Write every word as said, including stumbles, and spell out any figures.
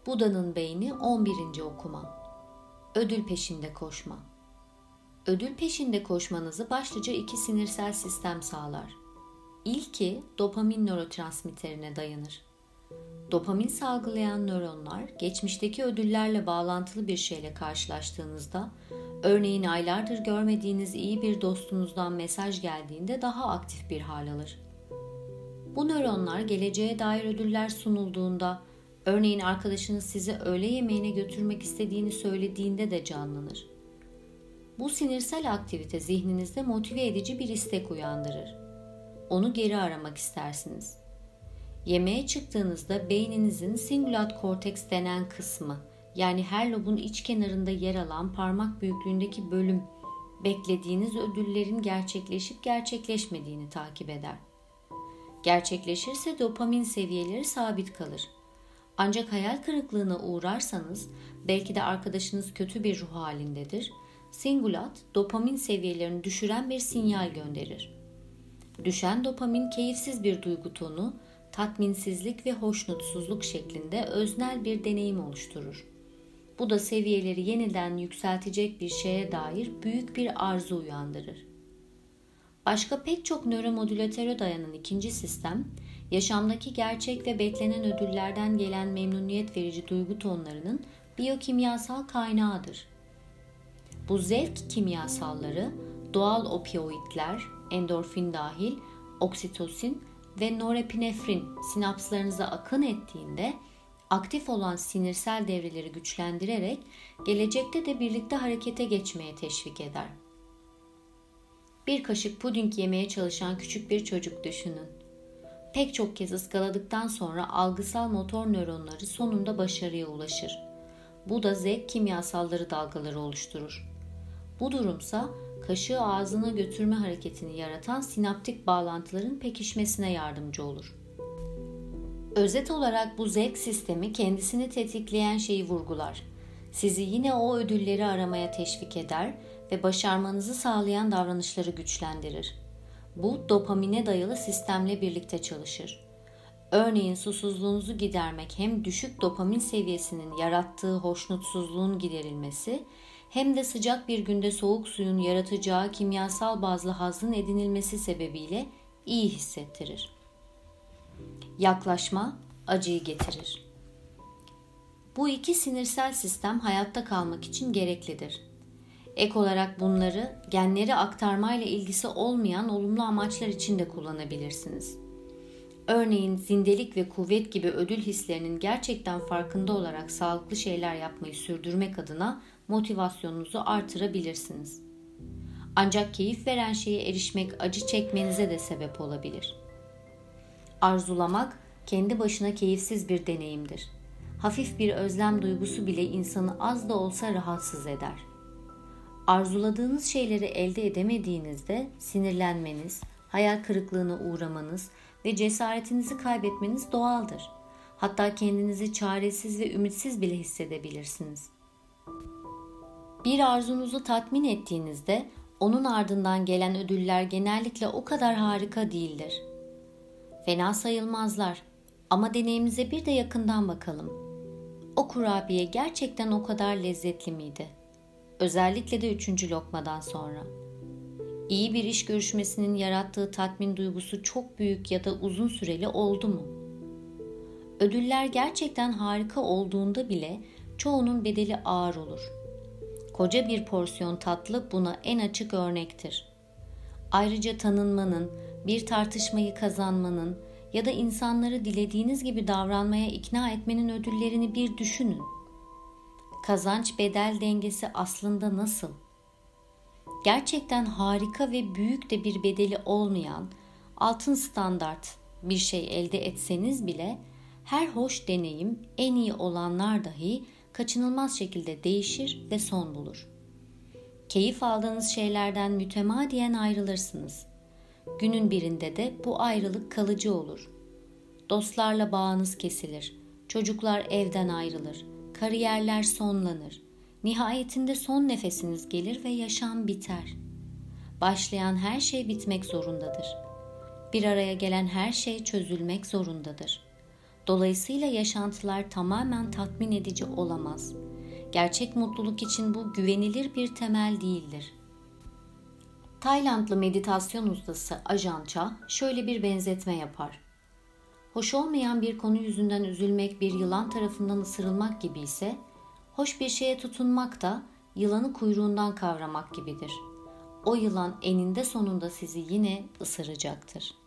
Buda'nın beyni on birinci okuma. Ödül peşinde koşma. Ödül peşinde koşmanızı başlıca iki sinirsel sistem sağlar. İlki dopamin nörotransmitterine dayanır. Dopamin salgılayan nöronlar geçmişteki ödüllerle bağlantılı bir şeyle karşılaştığınızda, örneğin aylardır görmediğiniz iyi bir dostunuzdan mesaj geldiğinde daha aktif bir hal alır. Bu nöronlar geleceğe dair ödüller sunulduğunda, örneğin arkadaşınız sizi öğle yemeğine götürmek istediğini söylediğinde de canlanır. Bu sinirsel aktivite zihninizde motive edici bir istek uyandırır. Onu geri aramak istersiniz. Yemeğe çıktığınızda beyninizin singulat korteks denen kısmı, yani her lobun iç kenarında yer alan parmak büyüklüğündeki bölüm, beklediğiniz ödüllerin gerçekleşip gerçekleşmediğini takip eder. Gerçekleşirse dopamin seviyeleri sabit kalır. Ancak hayal kırıklığına uğrarsanız, belki de arkadaşınız kötü bir ruh halindedir, singulat dopamin seviyelerini düşüren bir sinyal gönderir. Düşen dopamin keyifsiz bir duygu tonu, tatminsizlik ve hoşnutsuzluk şeklinde öznel bir deneyim oluşturur. Bu da seviyeleri yeniden yükseltecek bir şeye dair büyük bir arzu uyandırır. Başka pek çok nöromodülatöre dayanan ikinci sistem, yaşamdaki gerçek ve beklenen ödüllerden gelen memnuniyet verici duygu tonlarının biyokimyasal kaynağıdır. Bu zevk kimyasalları doğal opioidler, endorfin dahil, oksitosin ve norepinefrin sinapslarınıza akın ettiğinde aktif olan sinirsel devreleri güçlendirerek gelecekte de birlikte harekete geçmeye teşvik eder. Bir kaşık puding yemeye çalışan küçük bir çocuk düşünün. Pek çok kez ıskaladıktan sonra algısal motor nöronları sonunda başarıya ulaşır. Bu da zevk kimyasalları dalgaları oluşturur. Bu durumsa kaşığı ağzına götürme hareketini yaratan sinaptik bağlantıların pekişmesine yardımcı olur. Özet olarak bu zevk sistemi kendisini tetikleyen şeyi vurgular. Sizi yine o ödülleri aramaya teşvik eder ve başarmanızı sağlayan davranışları güçlendirir. Bu dopamine dayalı sistemle birlikte çalışır. Örneğin susuzluğunuzu gidermek hem düşük dopamin seviyesinin yarattığı hoşnutsuzluğun giderilmesi, hem de sıcak bir günde soğuk suyun yaratacağı kimyasal bazlı hazzın edinilmesi sebebiyle iyi hissettirir. Yaklaşma acıyı getirir. Bu iki sinirsel sistem hayatta kalmak için gereklidir. Ek olarak bunları genleri aktarmayla ilgisi olmayan olumlu amaçlar için de kullanabilirsiniz. Örneğin zindelik ve kuvvet gibi ödül hislerinin gerçekten farkında olarak sağlıklı şeyler yapmayı sürdürmek adına motivasyonunuzu artırabilirsiniz. Ancak keyif veren şeye erişmek acı çekmenize de sebep olabilir. Arzulamak kendi başına keyifsiz bir deneyimdir. Hafif bir özlem duygusu bile insanı az da olsa rahatsız eder. Arzuladığınız şeyleri elde edemediğinizde sinirlenmeniz, hayal kırıklığına uğramanız ve cesaretinizi kaybetmeniz doğaldır. Hatta kendinizi çaresiz ve ümitsiz bile hissedebilirsiniz. Bir arzunuzu tatmin ettiğinizde onun ardından gelen ödüller genellikle o kadar harika değildir. Fena sayılmazlar ama deneyimize bir de yakından bakalım. O kurabiye gerçekten o kadar lezzetli miydi? Özellikle de üçüncü lokmadan sonra. İyi bir iş görüşmesinin yarattığı tatmin duygusu çok büyük ya da uzun süreli oldu mu? Ödüller gerçekten harika olduğunda bile çoğunun bedeli ağır olur. Koca bir porsiyon tatlı buna en açık örnektir. Ayrıca tanınmanın, bir tartışmayı kazanmanın ya da insanları dilediğiniz gibi davranmaya ikna etmenin ödüllerini bir düşünün. Kazanç bedel dengesi aslında nasıl? Gerçekten harika ve büyük de bir bedeli olmayan, altın standart bir şey elde etseniz bile her hoş deneyim, en iyi olanlar dahi kaçınılmaz şekilde değişir ve son bulur. Keyif aldığınız şeylerden mütemadiyen ayrılırsınız. Günün birinde de bu ayrılık kalıcı olur. Dostlarla bağınız kesilir, çocuklar evden ayrılır, kariyerler sonlanır. Nihayetinde son nefesiniz gelir ve yaşam biter. Başlayan her şey bitmek zorundadır. Bir araya gelen her şey çözülmek zorundadır. Dolayısıyla yaşantılar tamamen tatmin edici olamaz. Gerçek mutluluk için bu güvenilir bir temel değildir. Taylandlı meditasyon ustası Ajahn Chah şöyle bir benzetme yapar. Hoş olmayan bir konu yüzünden üzülmek bir yılan tarafından ısırılmak gibi ise, hoş bir şeye tutunmak da yılanı kuyruğundan kavramak gibidir. O yılan eninde sonunda sizi yine ısıracaktır.